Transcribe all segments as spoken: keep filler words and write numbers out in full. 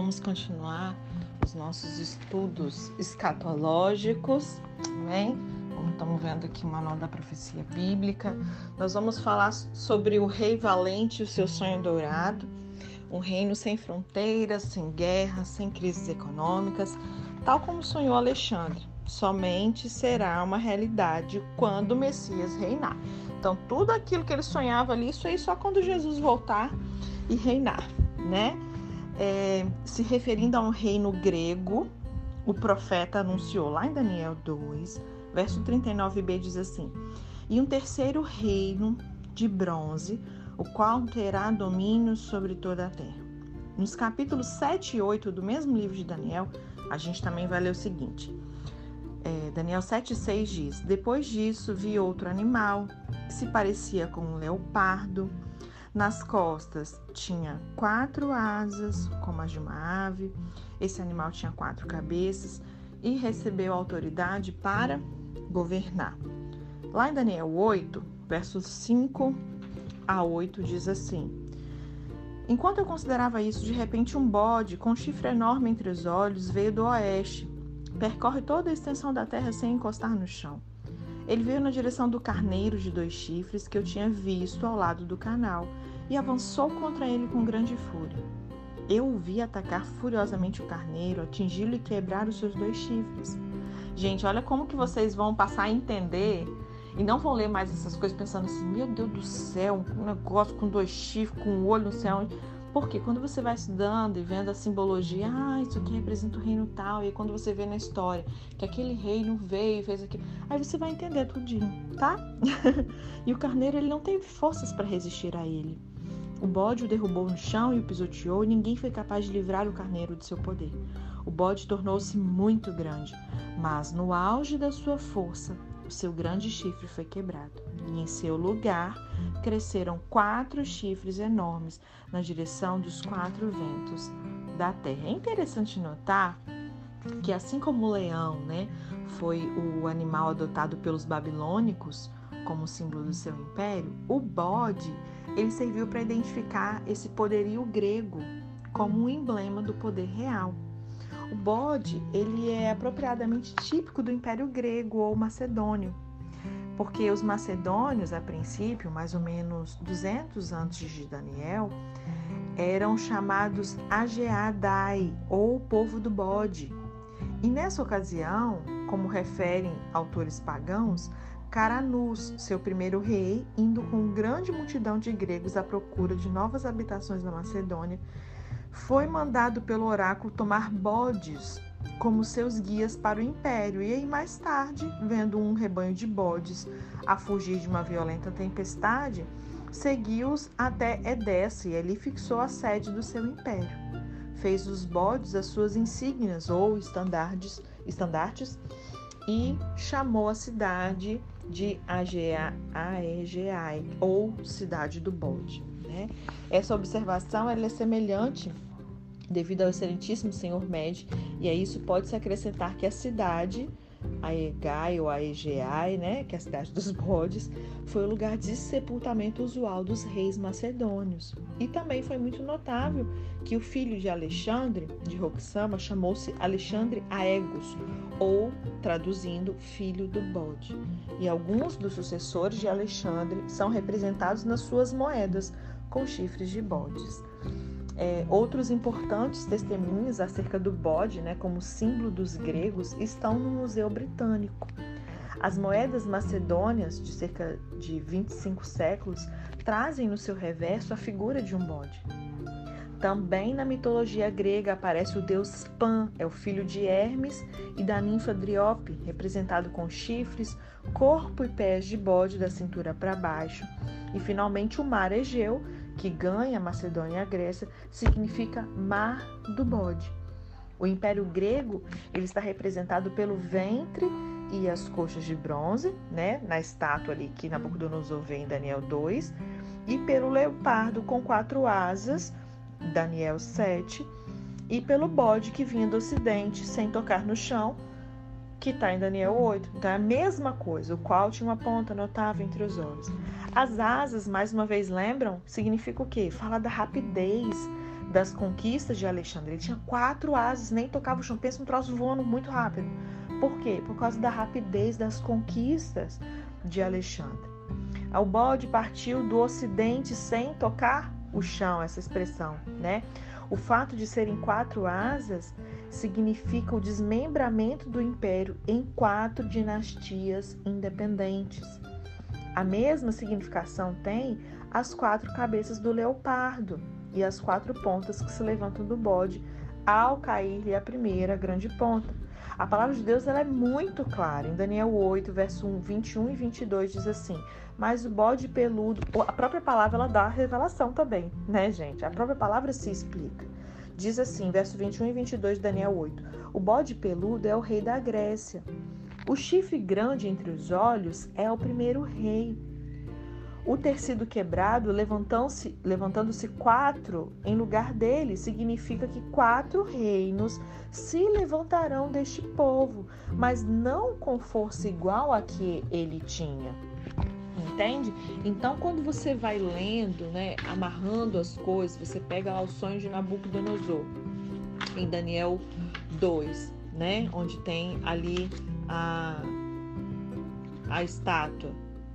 vamos continuar os nossos estudos escatológicos, amém? Como estamos vendo aqui o Manual da Profecia Bíblica, nós vamos falar sobre o rei valente e o seu sonho dourado, um reino sem fronteiras, sem guerras, sem crises econômicas, tal como sonhou Alexandre. Somente será uma realidade quando o Messias reinar. Então, tudo aquilo que ele sonhava ali, isso aí só quando Jesus voltar e reinar, né? É, se referindo a um reino grego, o profeta anunciou lá em Daniel dois, verso trinta e nove b, diz assim: e um terceiro reino de bronze, o qual terá domínio sobre toda a terra. Nos capítulos sete e oito do mesmo livro de Daniel, a gente também vai ler o seguinte. É, Daniel sete, seis diz: depois disso vi outro animal que se parecia com um leopardo. Nas costas tinha quatro asas, como as de uma ave. Esse animal tinha quatro cabeças e recebeu autoridade para governar. Lá em Daniel oito, versos cinco a oito, diz assim: enquanto eu considerava isso, de repente um bode com um chifre enorme entre os olhos veio do oeste. Percorre toda a extensão da terra sem encostar no chão. Ele veio na direção do carneiro de dois chifres que eu tinha visto ao lado do canal e avançou contra ele com grande fúria. Eu o vi atacar furiosamente o carneiro, atingi-lo e quebrar os seus dois chifres. Gente, olha como que vocês vão passar a entender e não vão ler mais essas coisas pensando assim: meu Deus do céu, um negócio com dois chifres, com um olho no céu. Porque quando você vai estudando e vendo a simbologia, ah, isso aqui representa o reino tal, e quando você vê na história que aquele reino veio e fez aquilo, aí você vai entender tudinho, tá? E o carneiro, ele não teve forças para resistir a ele. O bode o derrubou no chão e o pisoteou, e ninguém foi capaz de livrar o carneiro de seu poder. O bode tornou-se muito grande, mas no auge da sua força, o seu grande chifre foi quebrado, e em seu lugar cresceram quatro chifres enormes na direção dos quatro ventos da terra. É interessante notar que, assim como o leão, né, foi o animal adotado pelos babilônicos como símbolo do seu império, o bode, ele serviu para identificar esse poderio grego como um emblema do poder real. O bode, ele é apropriadamente típico do Império Grego ou Macedônio, porque os macedônios, a princípio, mais ou menos duzentos antes de Daniel, eram chamados Ageadai, ou povo do bode. E nessa ocasião, como referem autores pagãos, Caranus, seu primeiro rei, indo com grande multidão de gregos à procura de novas habitações na Macedônia, foi mandado pelo oráculo tomar bodes como seus guias para o império. E aí, mais tarde, vendo um rebanho de bodes a fugir de uma violenta tempestade, seguiu-os até Edessa e ali fixou a sede do seu império. Fez os bodes as suas insígnias ou estandartes, estandartes e chamou a cidade de Aegeai, ou cidade do bode. Né? Essa observação ela é semelhante devido ao excelentíssimo senhor Med, e a isso pode-se acrescentar que a cidade, Aegai ou Aegeai, né, que é a cidade dos bodes, foi o lugar de sepultamento usual dos reis macedônios. E também foi muito notável que o filho de Alexandre, de Roxana, chamou-se Alexandre Aegos, ou, traduzindo, filho do bode. E alguns dos sucessores de Alexandre são representados nas suas moedas, com chifres de bodes. É, outros importantes testemunhos acerca do bode, né, como símbolo dos gregos, estão no Museu Britânico. As moedas macedônias, de cerca de vinte e cinco séculos, trazem no seu reverso a figura de um bode. Também na mitologia grega aparece o deus Pan, é o filho de Hermes e da ninfa Driope, representado com chifres, corpo e pés de bode da cintura para baixo. E finalmente o mar Egeu, que ganha a Macedônia e a Grécia, significa mar do bode. O Império Grego ele está representado pelo ventre e as coxas de bronze, né, na estátua ali que Nabucodonosor vê em Daniel dois, e pelo leopardo com quatro asas, Daniel sete, e pelo bode que vinha do ocidente sem tocar no chão, que está em Daniel oito. Então é a mesma coisa, o qual tinha uma ponta notável entre os olhos. As asas, mais uma vez, lembram? Significa o quê? Fala da rapidez, das conquistas de Alexandre. Ele tinha quatro asas, nem tocava o chão. Pensa um troço voando muito rápido. Por quê? Por causa da rapidez das conquistas de Alexandre. O bode partiu do ocidente sem tocar o chão, essa expressão, né? O fato de serem quatro asas significa o desmembramento do império em quatro dinastias independentes. A mesma significação tem as quatro cabeças do leopardo e as quatro pontas que se levantam do bode ao cair-lhe a primeira grande ponta. A palavra de Deus ela é muito clara. Em Daniel oito, verso vinte e um e vinte e dois diz assim: mas o bode peludo, a própria palavra ela dá a revelação também, né, gente? A própria palavra se explica. Diz assim, verso vinte e um e vinte e dois de Daniel oito: o bode peludo é o rei da Grécia. O chifre grande entre os olhos é o primeiro rei. O tecido quebrado, levantando-se, levantando-se quatro em lugar dele, significa que quatro reinos se levantarão deste povo, mas não com força igual a que ele tinha. Entende? Então, quando você vai lendo, né, amarrando as coisas, você pega lá o sonho de Nabucodonosor, em Daniel dois, né, onde tem ali a, a estátua.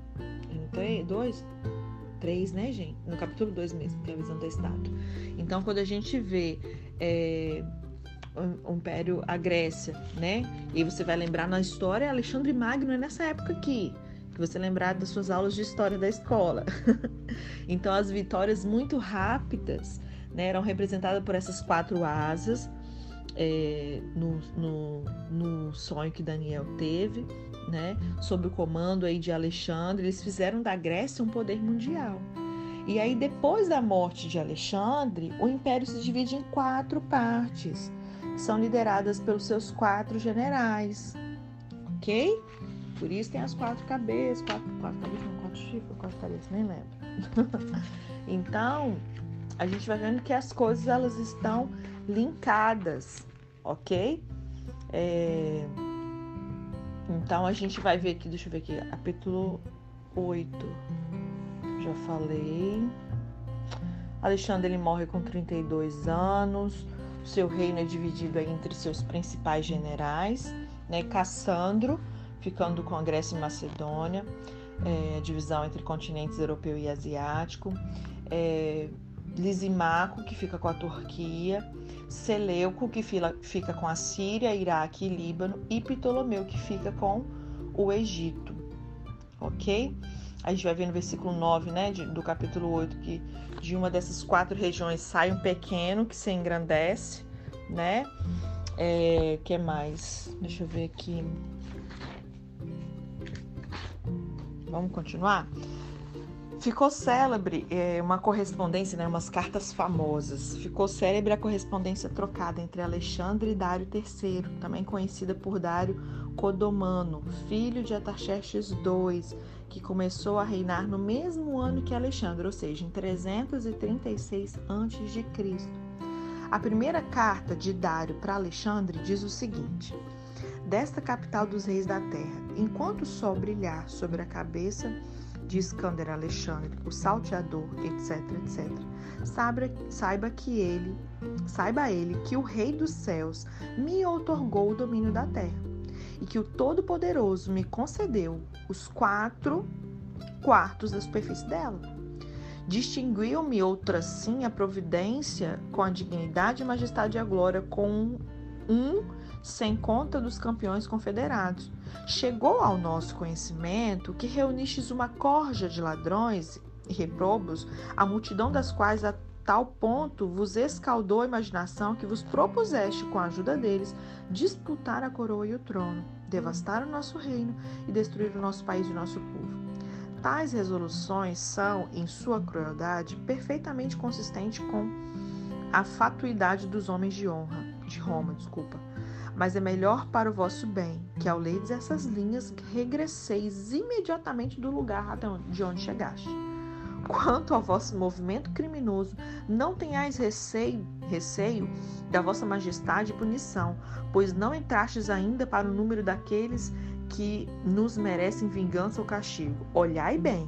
Em dois? três, né, gente? No capítulo dois mesmo, que é a visão da estátua. Então, quando a gente vê é, o Império, a Grécia, né, e você vai lembrar na história, Alexandre Magno é nessa época aqui, que você lembrar das suas aulas de história da escola. Então, as vitórias muito rápidas, né, eram representadas por essas quatro asas, é, no, no, no sonho que Daniel teve, né, sob o comando aí de Alexandre. Eles fizeram da Grécia um poder mundial. E aí, depois da morte de Alexandre, o império se divide em quatro partes, que são lideradas pelos seus quatro generais, ok? Por isso tem as quatro cabeças, quatro, quatro cabeças, não, quatro chifres, quatro cabeças, nem lembro. Então, a gente vai vendo que as coisas elas estão linkadas, ok? É... Então, a gente vai ver aqui, deixa eu ver aqui, capítulo oito, já falei. Alexandre, ele morre com trinta e dois anos, o seu reino é dividido aí entre seus principais generais, né? Cassandro, ficando com a Grécia e Macedônia, é, divisão entre continentes europeu e asiático, é, Lisimaco, que fica com a Turquia, Seleuco, que fica com a Síria, Iraque e Líbano, e Ptolomeu, que fica com o Egito, ok? A gente vai ver no versículo nove, né, de, do capítulo oito, que de uma dessas quatro regiões sai um pequeno que se engrandece, né? É, que mais? Deixa eu ver aqui. Vamos continuar? Ficou célebre é, uma correspondência, né, umas cartas famosas. Ficou célebre a correspondência trocada entre Alexandre e Dário terceiro, também conhecida por Dário Codomano, filho de Artaxerxes segundo, que começou a reinar no mesmo ano que Alexandre, ou seja, em trezentos e trinta e seis antes de Cristo. A primeira carta de Dário para Alexandre diz o seguinte: desta capital dos reis da terra, enquanto o sol brilhar sobre a cabeça de Escândar Alexandre, o salteador, etc, etc, saiba, saiba que ele, saiba ele que o Rei dos céus me outorgou o domínio da terra e que o Todo-Poderoso me concedeu os quatro quartos da superfície dela. Distinguiu-me outra sim a providência com a dignidade, a majestade e a glória, com um sem conta dos campeões confederados. Chegou ao nosso conhecimento que reunistes uma corja de ladrões e reprobos, a multidão das quais a tal ponto vos escaldou a imaginação que vos propuseste, com a ajuda deles, disputar a coroa e o trono, devastar o nosso reino e destruir o nosso país e o nosso povo. Tais resoluções são, em sua crueldade, perfeitamente consistentes com a fatuidade dos homens de honra, de Roma, desculpa. Mas é melhor para o vosso bem que, ao lerdes essas linhas, regresseis imediatamente do lugar de onde chegaste. Quanto ao vosso movimento criminoso, não tenhais receio, receio da vossa majestade e punição, pois não entrastes ainda para o número daqueles que nos merecem vingança ou castigo. Olhai bem,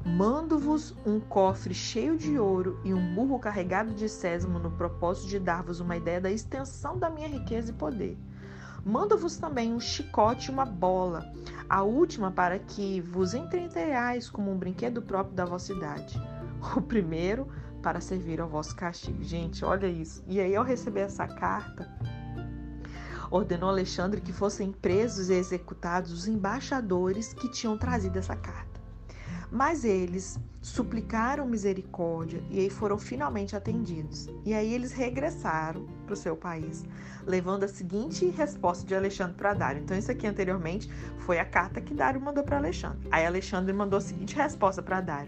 Mando-vos um cofre cheio de ouro e um burro carregado de sésamo no propósito de dar-vos uma ideia da extensão da minha riqueza e poder. Mando-vos também um chicote e uma bola, a última para que vos entretenhais como um brinquedo próprio da vossa idade. O primeiro para servir ao vosso castigo. Gente, olha isso. E aí, ao receber essa carta, ordenou Alexandre que fossem presos e executados os embaixadores que tinham trazido essa carta. Mas eles suplicaram misericórdia e aí foram finalmente atendidos. E aí eles regressaram para o seu país, levando a seguinte resposta de Alexandre para Dário. Então isso aqui anteriormente foi a carta que Dário mandou para Alexandre. Aí Alexandre mandou a seguinte resposta para Dário.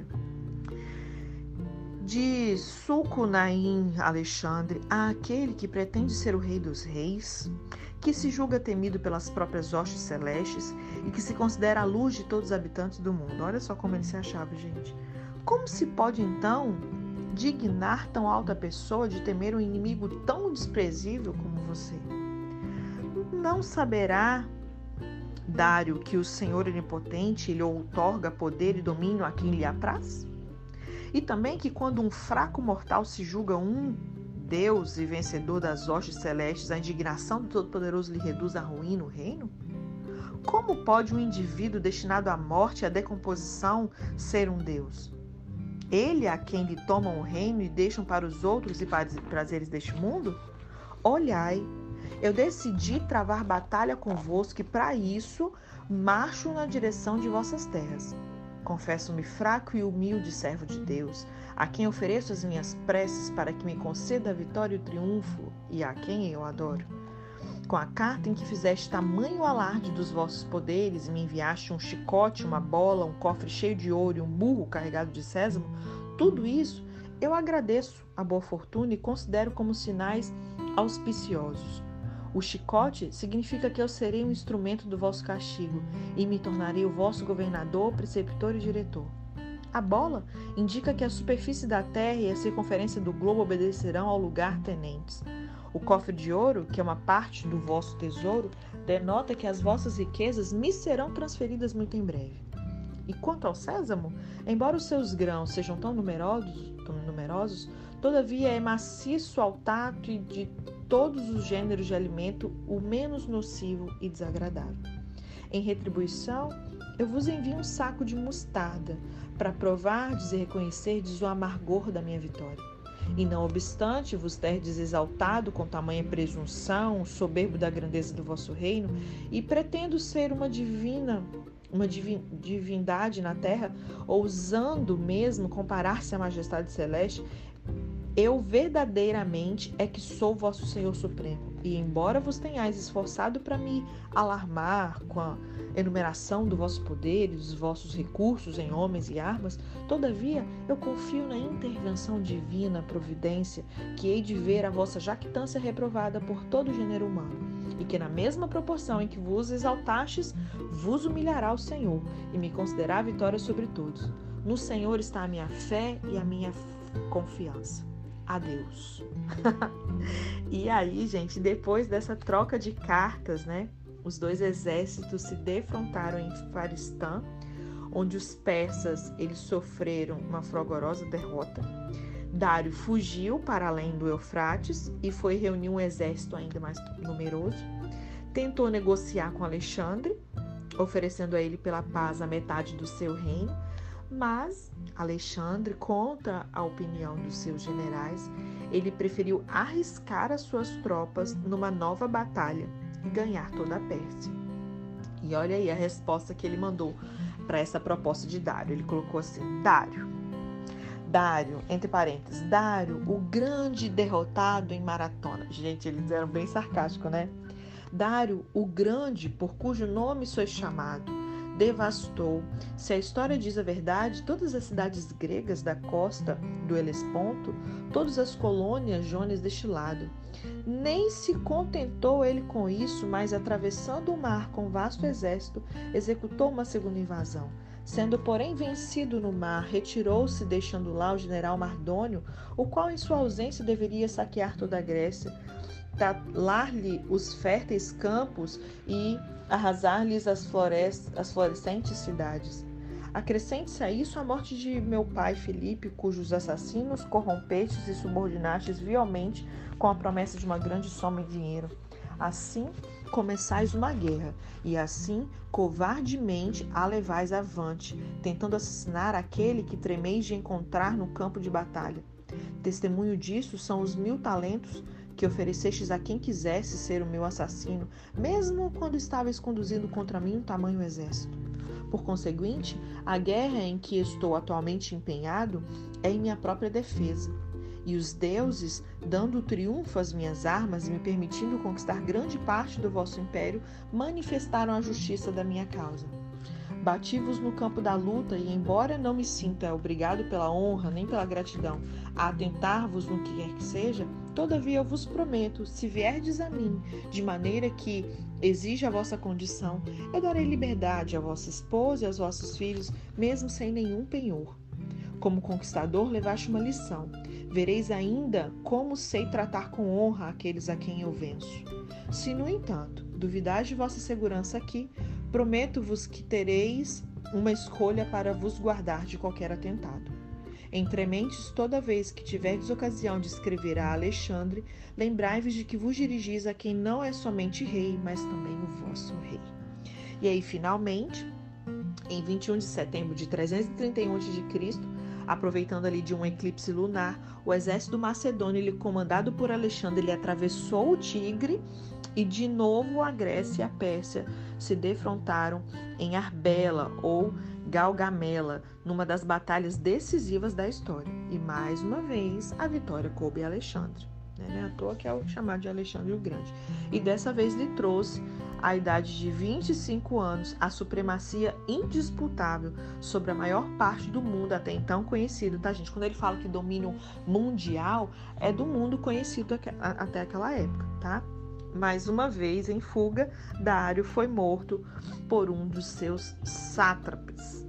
De Sucunaim, Alexandre, a aquele que pretende ser o rei dos reis, que se julga temido pelas próprias hostes celestes e que se considera a luz de todos os habitantes do mundo. Olha só como ele se achava, gente. Como se pode, então, dignar tão alta pessoa de temer um inimigo tão desprezível como você? Não saberá, Dário, que o Senhor onipotente lhe outorga poder e domínio a quem lhe apraz? E também que quando um fraco mortal se julga um Deus e vencedor das hostes celestes, a indignação do Todo-Poderoso lhe reduz à ruína o reino? Como pode um indivíduo destinado à morte e à decomposição ser um Deus? Ele a quem lhe tomam o reino e deixam para os outros e prazeres deste mundo? Olhai, eu decidi travar batalha convosco e para isso marcho na direção de vossas terras. Confesso-me fraco e humilde servo de Deus, a quem ofereço as minhas preces para que me conceda a vitória e o triunfo, e a quem eu adoro. Com a carta em que fizeste tamanho alarde dos vossos poderes e me enviaste um chicote, uma bola, um cofre cheio de ouro e um burro carregado de sésamo, tudo isso eu agradeço a boa fortuna e considero como sinais auspiciosos. O chicote significa que eu serei um instrumento do vosso castigo e me tornarei o vosso governador, preceptor e diretor. A bola indica que a superfície da terra e a circunferência do globo obedecerão ao lugar tenentes. O cofre de ouro, que é uma parte do vosso tesouro, denota que as vossas riquezas me serão transferidas muito em breve. E quanto ao sésamo, embora os seus grãos sejam tão numerosos, tão numerosos, todavia é maciço ao tato e de todos os gêneros de alimento o menos nocivo e desagradável. Em retribuição, eu vos envio um saco de mostarda para provardes e reconhecerdes o amargor da minha vitória. E não obstante vos terdes exaltado com tamanha presunção, soberbo da grandeza do vosso reino, e pretendo ser uma divina, uma divin, divindade na terra, ousando mesmo comparar-se à majestade celeste, eu verdadeiramente é que sou vosso Senhor Supremo, e embora vos tenhais esforçado para me alarmar com a enumeração do vosso poder e dos vossos recursos em homens e armas, todavia eu confio na intervenção divina, providência, que hei de ver a vossa jactância reprovada por todo o gênero humano, e que na mesma proporção em que vos exaltastes, vos humilhará o Senhor, e me concederá a vitória sobre todos. No Senhor está a minha fé e a minha confiança. Adeus. E aí, gente, depois dessa troca de cartas, né, os dois exércitos se defrontaram em Faristã, onde os persas eles sofreram uma fragorosa derrota. Dário fugiu para além do Eufrates e foi reunir um exército ainda mais numeroso. Tentou negociar com Alexandre, oferecendo a ele pela paz a metade do seu reino, mas Alexandre, contra a opinião dos seus generais, ele preferiu arriscar as suas tropas numa nova batalha e ganhar toda a Pérsia. E olha aí a resposta que ele mandou para essa proposta de Dário. Ele colocou assim: Dário, Dário, entre parênteses, Dário, o grande derrotado em maratona. Gente, eles eram bem sarcásticos, né? Dário, o grande, por cujo nome sois chamado, devastou, se a história diz a verdade, todas as cidades gregas da costa do Helesponto, todas as colônias jones deste lado. Nem se contentou ele com isso, mas atravessando o mar com vasto exército, executou uma segunda invasão. Sendo, porém, vencido no mar, retirou-se, deixando lá o general Mardônio, o qual em sua ausência deveria saquear toda a Grécia, talar-lhe os férteis campos e arrasar-lhes as, florestas, as florescentes cidades. Acrescente-se a isso a morte de meu pai Filipe, cujos assassinos corrompestes e subordinastes vilmente com a promessa de uma grande soma em dinheiro. Assim começais uma guerra, e assim covardemente a levais avante, tentando assassinar aquele que tremeis de encontrar no campo de batalha. Testemunho disso são os mil talentos que oferecestes a quem quisesse ser o meu assassino, mesmo quando estavais conduzindo contra mim um tamanho exército. Por conseguinte, a guerra em que estou atualmente empenhado é em minha própria defesa. E os deuses, dando triunfo às minhas armas e me permitindo conquistar grande parte do vosso império, manifestaram a justiça da minha causa. Bati-vos no campo da luta e, embora não me sinta obrigado pela honra nem pela gratidão a atentar-vos no que quer que seja, todavia eu vos prometo, se vierdes a mim de maneira que exija a vossa condição, eu darei liberdade à vossa esposa e aos vossos filhos, mesmo sem nenhum penhor. Como conquistador, levaste uma lição. Vereis ainda como sei tratar com honra aqueles a quem eu venço. Se, no entanto, duvidais de vossa segurança aqui, prometo-vos que tereis uma escolha para vos guardar de qualquer atentado. Entre mentes, toda vez que tiverdes ocasião de escrever a Alexandre, lembrai-vos de que vos dirigis a quem não é somente rei, mas também o vosso rei. E aí, finalmente, em vinte e um de setembro de trezentos e trinta e um antes de Cristo, aproveitando ali de um eclipse lunar, o exército macedônio, ele, comandado por Alexandre, ele atravessou o Tigre e de novo a Grécia e a Pérsia se defrontaram em Arbela ou Galgamela, numa das batalhas decisivas da história. E mais uma vez a vitória coube a Alexandre. Não é à toa que é o chamado de Alexandre o Grande. E dessa vez lhe trouxe, à idade de vinte e cinco anos, a supremacia indisputável sobre a maior parte do mundo até então conhecido, tá, gente? Quando ele fala que domínio mundial, é do mundo conhecido até aquela época, tá? Mais uma vez, em fuga, Dário foi morto por um dos seus sátrapes.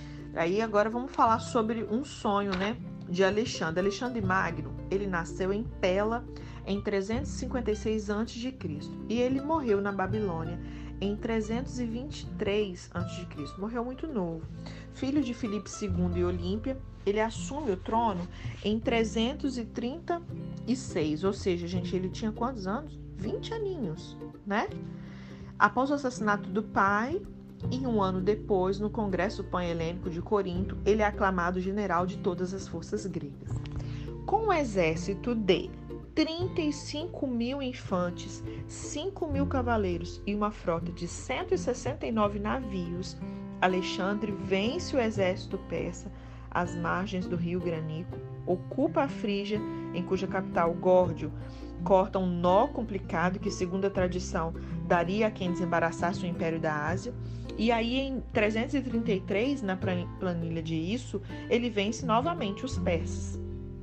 Aí agora vamos falar sobre um sonho, né, de Alexandre. Alexandre Magno, ele nasceu em Pela em trezentos e cinquenta e seis antes de Cristo e ele morreu na Babilônia em trezentos e vinte e três antes de Cristo. Morreu muito novo. Filho de Filipe segundo e Olímpia, ele assume o trono em trezentos e trinta e seis, ou seja, gente, ele tinha quantos anos? vinte aninhos, né? Após o assassinato do pai, e um ano depois, no Congresso Pan-Helênico de Corinto, ele é aclamado general de todas as forças gregas. Com um exército de trinta e cinco mil infantes, cinco mil cavaleiros e uma frota de cento e sessenta e nove navios, Alexandre vence o exército persa às margens do rio Granico, ocupa a Frígia, em cuja capital, Górdio, corta um nó complicado que, segundo a tradição, daria a quem desembaraçasse o Império da Ásia. E aí, em trezentos e trinta e três, na planilha de Isso, ele vence novamente os persas.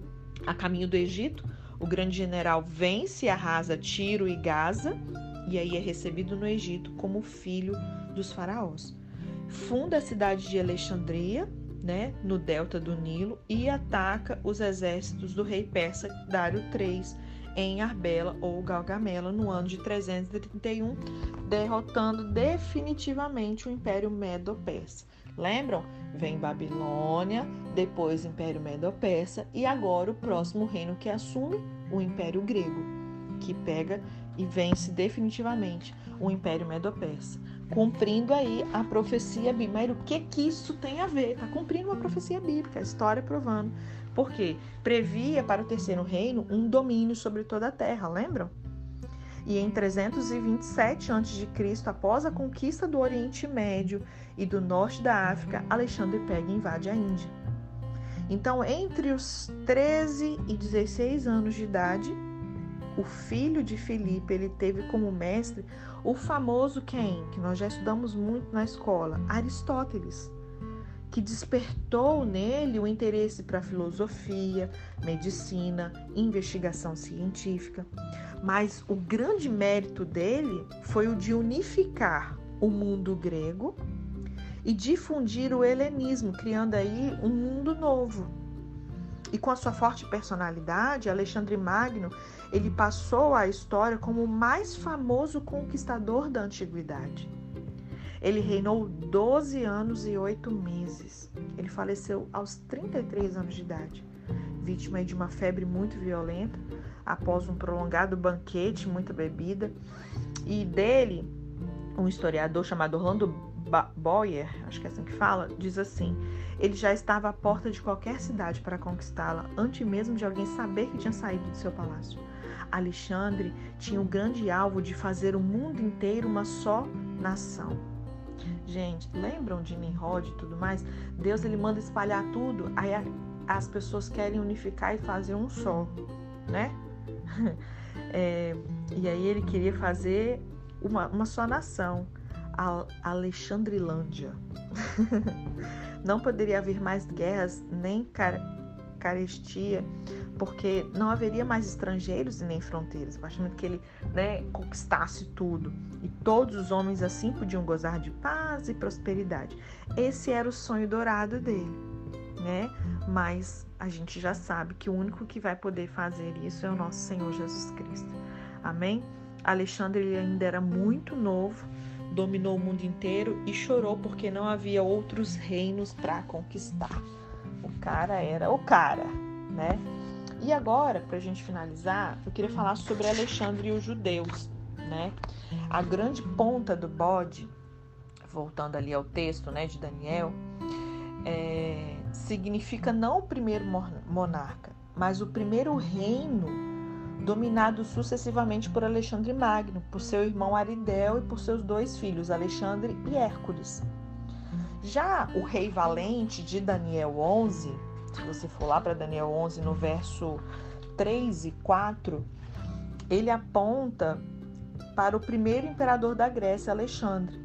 A caminho do Egito, o grande general vence e arrasa Tiro e Gaza, e aí é recebido no Egito como filho dos faraós. Funda a cidade de Alexandria, né, no delta do Nilo, e ataca os exércitos do rei persa Dário terceiro em Arbela ou Galgamela no ano de trezentos e trinta e um, derrotando definitivamente o Império Medo-Persa. Lembram? Vem Babilônia, depois Império Medo-Persa e agora o próximo reino que assume, o Império Grego, que pega e vence definitivamente o Império Medo-Persa, cumprindo aí a profecia bíblica. Mas o que que isso tem a ver? Está cumprindo uma profecia bíblica, a história provando. Por quê? Previa para o terceiro reino um domínio sobre toda a terra, lembram? E em trezentos e vinte e sete antes de Cristo, após a conquista do Oriente Médio e do norte da África, Alexandre pega e invade a Índia. Então, entre os treze e dezesseis anos de idade, o filho de Filipe, ele teve como mestre o famoso quem? Que nós já estudamos muito na escola, Aristóteles, que despertou nele o interesse para filosofia, medicina, investigação científica. Mas o grande mérito dele foi o de unificar o mundo grego e difundir o helenismo, criando aí um mundo novo. E com a sua forte personalidade, Alexandre Magno, ele passou à história como o mais famoso conquistador da antiguidade. Ele reinou doze anos e oito meses. Ele faleceu aos trinta e três anos de idade, vítima de uma febre muito violenta, após um prolongado banquete, muita bebida. E dele, um historiador chamado Orlando Boyer, acho que é assim que fala, diz assim: ele já estava à porta de qualquer cidade para conquistá-la, antes mesmo de alguém saber que tinha saído do seu palácio. Alexandre tinha o grande alvo de fazer o mundo inteiro uma só nação. Gente, lembram de Nimrod e tudo mais? Deus, ele manda espalhar tudo, aí as pessoas querem unificar e fazer um só, né? É, e aí ele queria fazer uma, uma só nação, a Alexandrilândia. Não poderia haver mais guerras, nem car- carestia, porque não haveria mais estrangeiros e nem fronteiras, a partir do momento que ele, né, conquistasse tudo. E todos os homens assim podiam gozar de paz e prosperidade. Esse era o sonho dourado dele, né? Mas a gente já sabe que o único que vai poder fazer isso é o nosso Senhor Jesus Cristo. Amém? Alexandre, ele ainda era muito novo, dominou o mundo inteiro e chorou porque não havia outros reinos para conquistar. O cara era o cara, né? E agora, para a gente finalizar, eu queria falar sobre Alexandre e os judeus, né? A grande ponta do bode, voltando ali ao texto, né, de Daniel, é, significa não o primeiro monarca, mas o primeiro reino dominado sucessivamente por Alexandre Magno, por seu irmão Arideu e por seus dois filhos, Alexandre e Hércules. Já o rei valente de Daniel onze, se você for lá para Daniel onze, no verso três e quatro, ele aponta para o primeiro imperador da Grécia, Alexandre.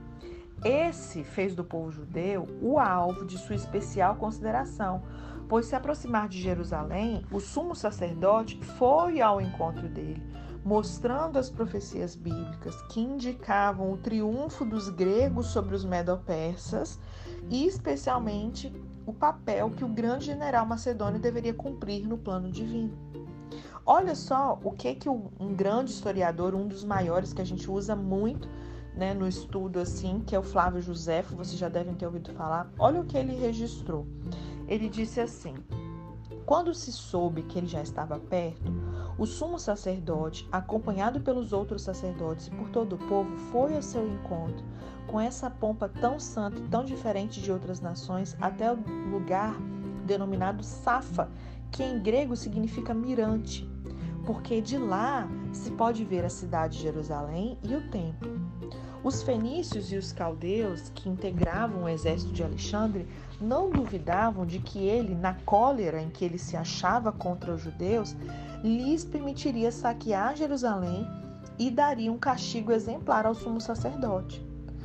Esse fez do povo judeu o alvo de sua especial consideração, pois se aproximar de Jerusalém, o sumo sacerdote foi ao encontro dele, mostrando as profecias bíblicas que indicavam o triunfo dos gregos sobre os medo-persas e especialmente o papel que o grande general macedônio deveria cumprir no plano divino. Olha só o que que um grande historiador, um dos maiores que a gente usa muito, né, no estudo assim, que é o Flávio Josefo, vocês já devem ter ouvido falar. Olha o que ele registrou. Ele disse assim: quando se soube que ele já estava perto, o sumo sacerdote, acompanhado pelos outros sacerdotes e por todo o povo, foi ao seu encontro, com essa pompa tão santa e tão diferente de outras nações, até o lugar denominado Safa, que em grego significa mirante, porque de lá se pode ver a cidade de Jerusalém e o templo. Os fenícios e os caldeus, que integravam o exército de Alexandre, não duvidavam de que ele, na cólera em que ele se achava contra os judeus, lhes permitiria saquear Jerusalém e daria um castigo exemplar ao sumo sacerdote.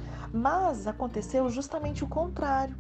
Mas aconteceu justamente o contrário,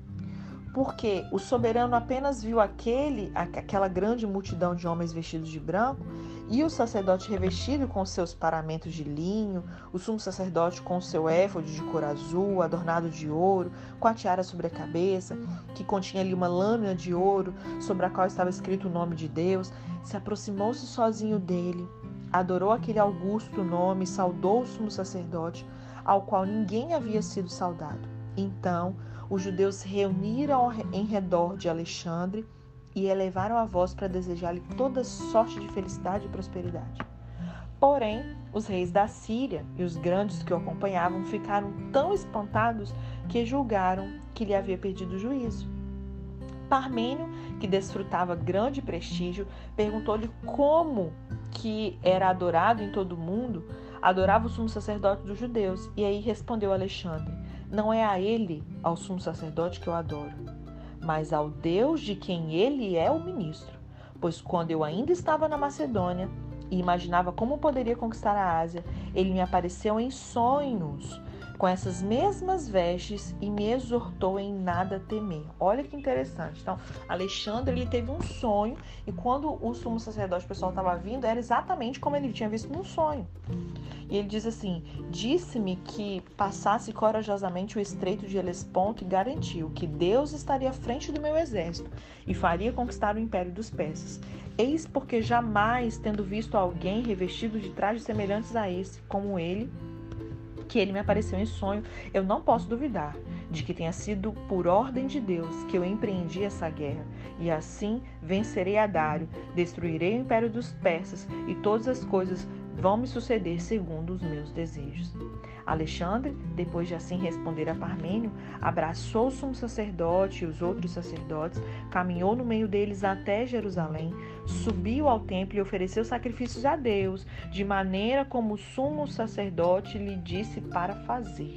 porque o soberano apenas viu aquele, aquela grande multidão de homens vestidos de branco e o sacerdote revestido com seus paramentos de linho, o sumo sacerdote com seu éfode de cor azul, adornado de ouro, com a tiara sobre a cabeça, que continha ali uma lâmina de ouro, sobre a qual estava escrito o nome de Deus, se aproximou-se sozinho dele, adorou aquele augusto nome, saudou o sumo sacerdote, ao qual ninguém havia sido saudado. Então, os judeus se reuniram em redor de Alexandre e elevaram a voz para desejar-lhe toda sorte de felicidade e prosperidade. Porém, os reis da Síria e os grandes que o acompanhavam ficaram tão espantados que julgaram que lhe havia perdido o juízo. Parmênio, que desfrutava grande prestígio, perguntou-lhe como que era adorado em todo o mundo, adorava o sumo sacerdote dos judeus. E aí respondeu Alexandre: não é a ele, ao sumo sacerdote, que eu adoro, mas ao Deus de quem ele é o ministro. Pois quando eu ainda estava na Macedônia e imaginava como poderia conquistar a Ásia, ele me apareceu em sonhos com essas mesmas vestes e me exortou em nada temer. Olha que interessante. Então, Alexandre, ele teve um sonho e quando o sumo sacerdote, o pessoal estava vindo, era exatamente como ele tinha visto num sonho. E ele diz assim: disse-me que passasse corajosamente o estreito de Helesponto e garantiu que Deus estaria à frente do meu exército e faria conquistar o império dos persas. Eis porque jamais, tendo visto alguém revestido de trajes semelhantes a esse, como ele, que ele me apareceu em sonho, eu não posso duvidar de que tenha sido por ordem de Deus que eu empreendi essa guerra, e assim vencerei a Dário, destruirei o império dos persas, e todas as coisas vão me suceder segundo os meus desejos. Alexandre, depois de assim responder a Parmênio, abraçou o sumo sacerdote e os outros sacerdotes, caminhou no meio deles até Jerusalém, subiu ao templo e ofereceu sacrifícios a Deus, de maneira como o sumo sacerdote lhe disse para fazer.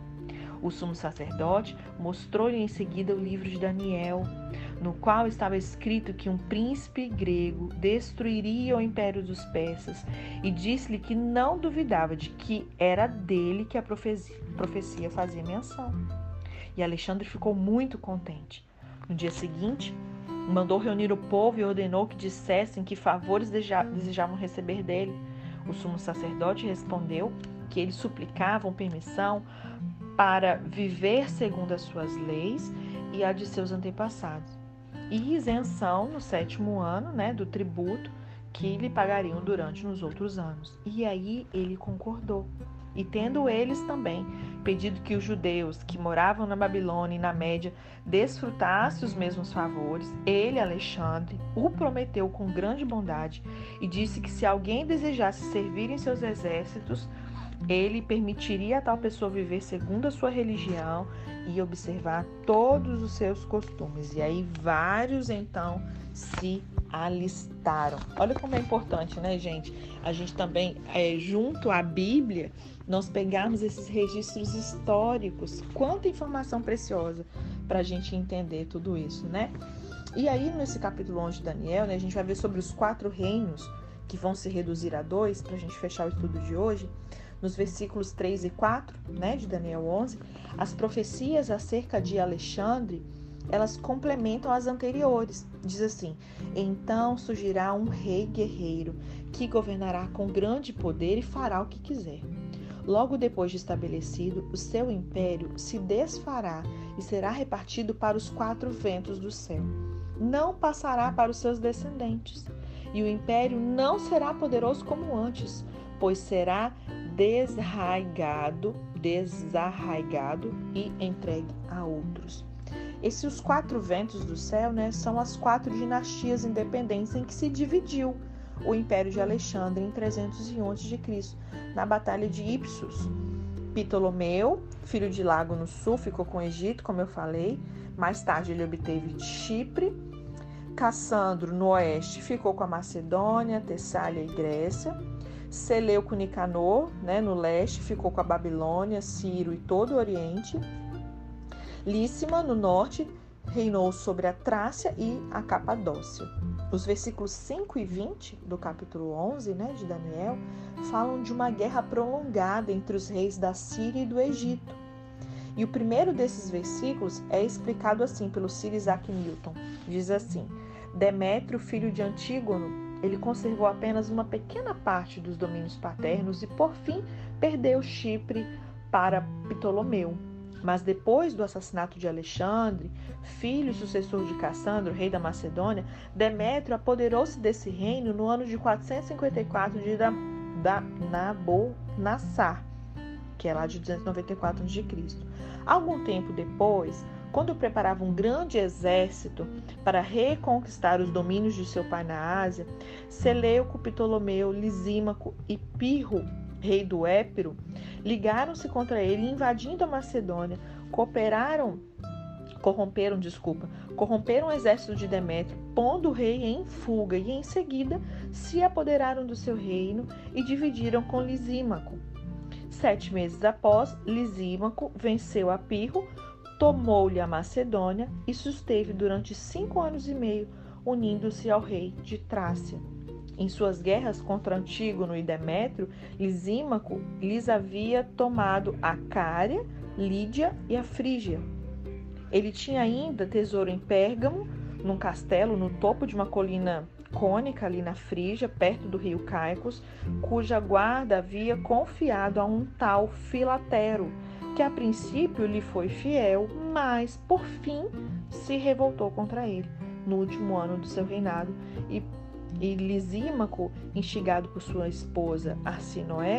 O sumo sacerdote mostrou-lhe em seguida o livro de Daniel, no qual estava escrito que um príncipe grego destruiria o império dos persas, e disse-lhe que não duvidava de que era dele que a profecia, profecia fazia menção. E Alexandre ficou muito contente. No dia seguinte, mandou reunir o povo e ordenou que dissessem que favores desejavam receber dele. O sumo sacerdote respondeu que eles suplicavam permissão para viver segundo as suas leis e a de seus antepassados, e isenção no sétimo ano, né, do tributo que lhe pagariam durante nos outros anos. E aí ele concordou. E tendo eles também pedido que os judeus que moravam na Babilônia e na Média desfrutassem os mesmos favores, ele, Alexandre, o prometeu com grande bondade e disse que se alguém desejasse servir em seus exércitos, ele permitiria a tal pessoa viver segundo a sua religião e observar todos os seus costumes. E aí vários, então, se alistaram. Olha como é importante, né, gente? A gente também, é, junto à Bíblia, nós pegarmos esses registros históricos. Quanta informação preciosa para a gente entender tudo isso, né? E aí, nesse capítulo onze de Daniel, né, a gente vai ver sobre os quatro reinos que vão se reduzir a dois, para a gente fechar o estudo de hoje. Nos versículos três e quatro, né, de Daniel onze, as profecias acerca de Alexandre, elas complementam as anteriores. Diz assim: então surgirá um rei guerreiro que governará com grande poder e fará o que quiser. Logo depois de estabelecido, o seu império se desfará e será repartido para os quatro ventos do céu. Não passará para os seus descendentes. E o império não será poderoso como antes, pois será desarraigado, desarraigado e entregue a outros. Esses os quatro ventos do céu, né, são as quatro dinastias independentes em que se dividiu o Império de Alexandre em trezentos e um antes de Cristo, na Batalha de Ipsos. Ptolomeu, filho de Lago no sul, ficou com o Egito, como eu falei. Mais tarde ele obteve Chipre. Cassandro, no oeste, ficou com a Macedônia, Tessália e Grécia. Seleuco Nicanor, né, no leste, ficou com a Babilônia, Ciro e todo o Oriente. Lícima, no norte, reinou sobre a Trácia e a Capadócia. Os versículos cinco e vinte do capítulo onze, né, de Daniel, falam de uma guerra prolongada entre os reis da Síria e do Egito. E o primeiro desses versículos é explicado assim pelo Sir Isaac Newton. Diz assim: Demétrio, filho de Antígono, ele conservou apenas uma pequena parte dos domínios paternos e, por fim, perdeu Chipre para Ptolomeu. Mas depois do assassinato de Alexandre, filho e sucessor de Cassandro, rei da Macedônia, Demétrio apoderou-se desse reino no ano de quatrocentos e cinquenta e quatro de Nabonassar, que é lá de duzentos e noventa e quatro antes de Cristo. Algum tempo depois, quando preparava um grande exército para reconquistar os domínios de seu pai na Ásia, Seleuco, Ptolomeu, Lisímaco e Pirro, rei do Épiro, ligaram-se contra ele, invadindo a Macedônia, cooperaram, corromperam, desculpa, corromperam o exército de Demétrio, pondo o rei em fuga, e em seguida se apoderaram do seu reino e dividiram com Lisímaco. Sete meses após, Lisímaco venceu a Pirro, tomou-lhe a Macedônia e susteve durante cinco anos e meio, unindo-se ao rei de Trácia. Em suas guerras contra Antígono e Demétrio, Lisímaco lhes havia tomado a Cária, Lídia e a Frígia. Ele tinha ainda tesouro em Pérgamo, num castelo no topo de uma colina cônica ali na Frígia, perto do rio Caicos, cuja guarda havia confiado a um tal Filatero, que a princípio lhe foi fiel, mas por fim se revoltou contra ele no último ano do seu reinado, e, e Lisímaco, instigado por sua esposa Arsinoé,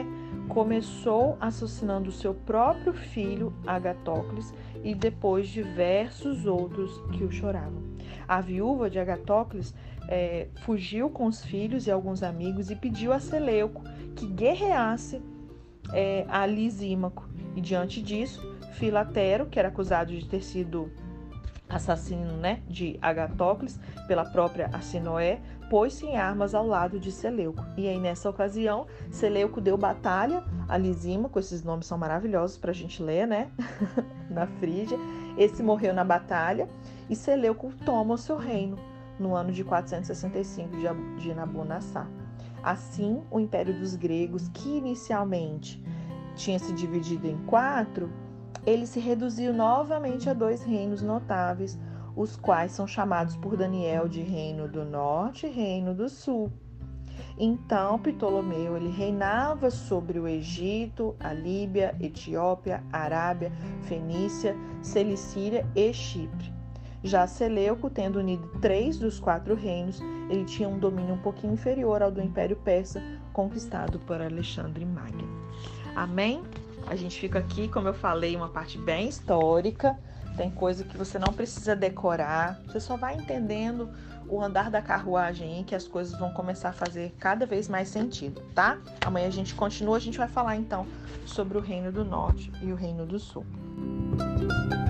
Começou assassinando seu próprio filho, Agatócles, e depois diversos outros que o choravam. A viúva de Agatócles é, fugiu com os filhos e alguns amigos e pediu a Seleuco que guerreasse é, a Lisímaco. E diante disso, Filatero, que era acusado de ter sido assassino, né, de Agatócles pela própria Arsinoé, pôs-se em armas ao lado de Seleuco. E aí, nessa ocasião, Seleuco deu batalha a Lisímaco. Esses nomes são maravilhosos para a gente ler, né? Na Frígia. Esse morreu na batalha e Seleuco toma o seu reino no ano de quatrocentos e sessenta e cinco de Nabonassar. Assim, o Império dos Gregos, que inicialmente tinha se dividido em quatro, ele se reduziu novamente a dois reinos notáveis, os quais são chamados por Daniel de Reino do Norte e Reino do Sul. Então, Ptolomeu ele reinava sobre o Egito, a Líbia, Etiópia, Arábia, Fenícia, Celicíria e Chipre. Já Seleuco, tendo unido três dos quatro reinos, ele tinha um domínio um pouquinho inferior ao do Império Persa, conquistado por Alexandre Magno. Amém? A gente fica aqui, como eu falei, uma parte bem histórica. Tem coisa que você não precisa decorar. Você só vai entendendo o andar da carruagem aí, que as coisas vão começar a fazer cada vez mais sentido, tá? Amanhã a gente continua, a gente vai falar então sobre o Reino do Norte e o Reino do Sul.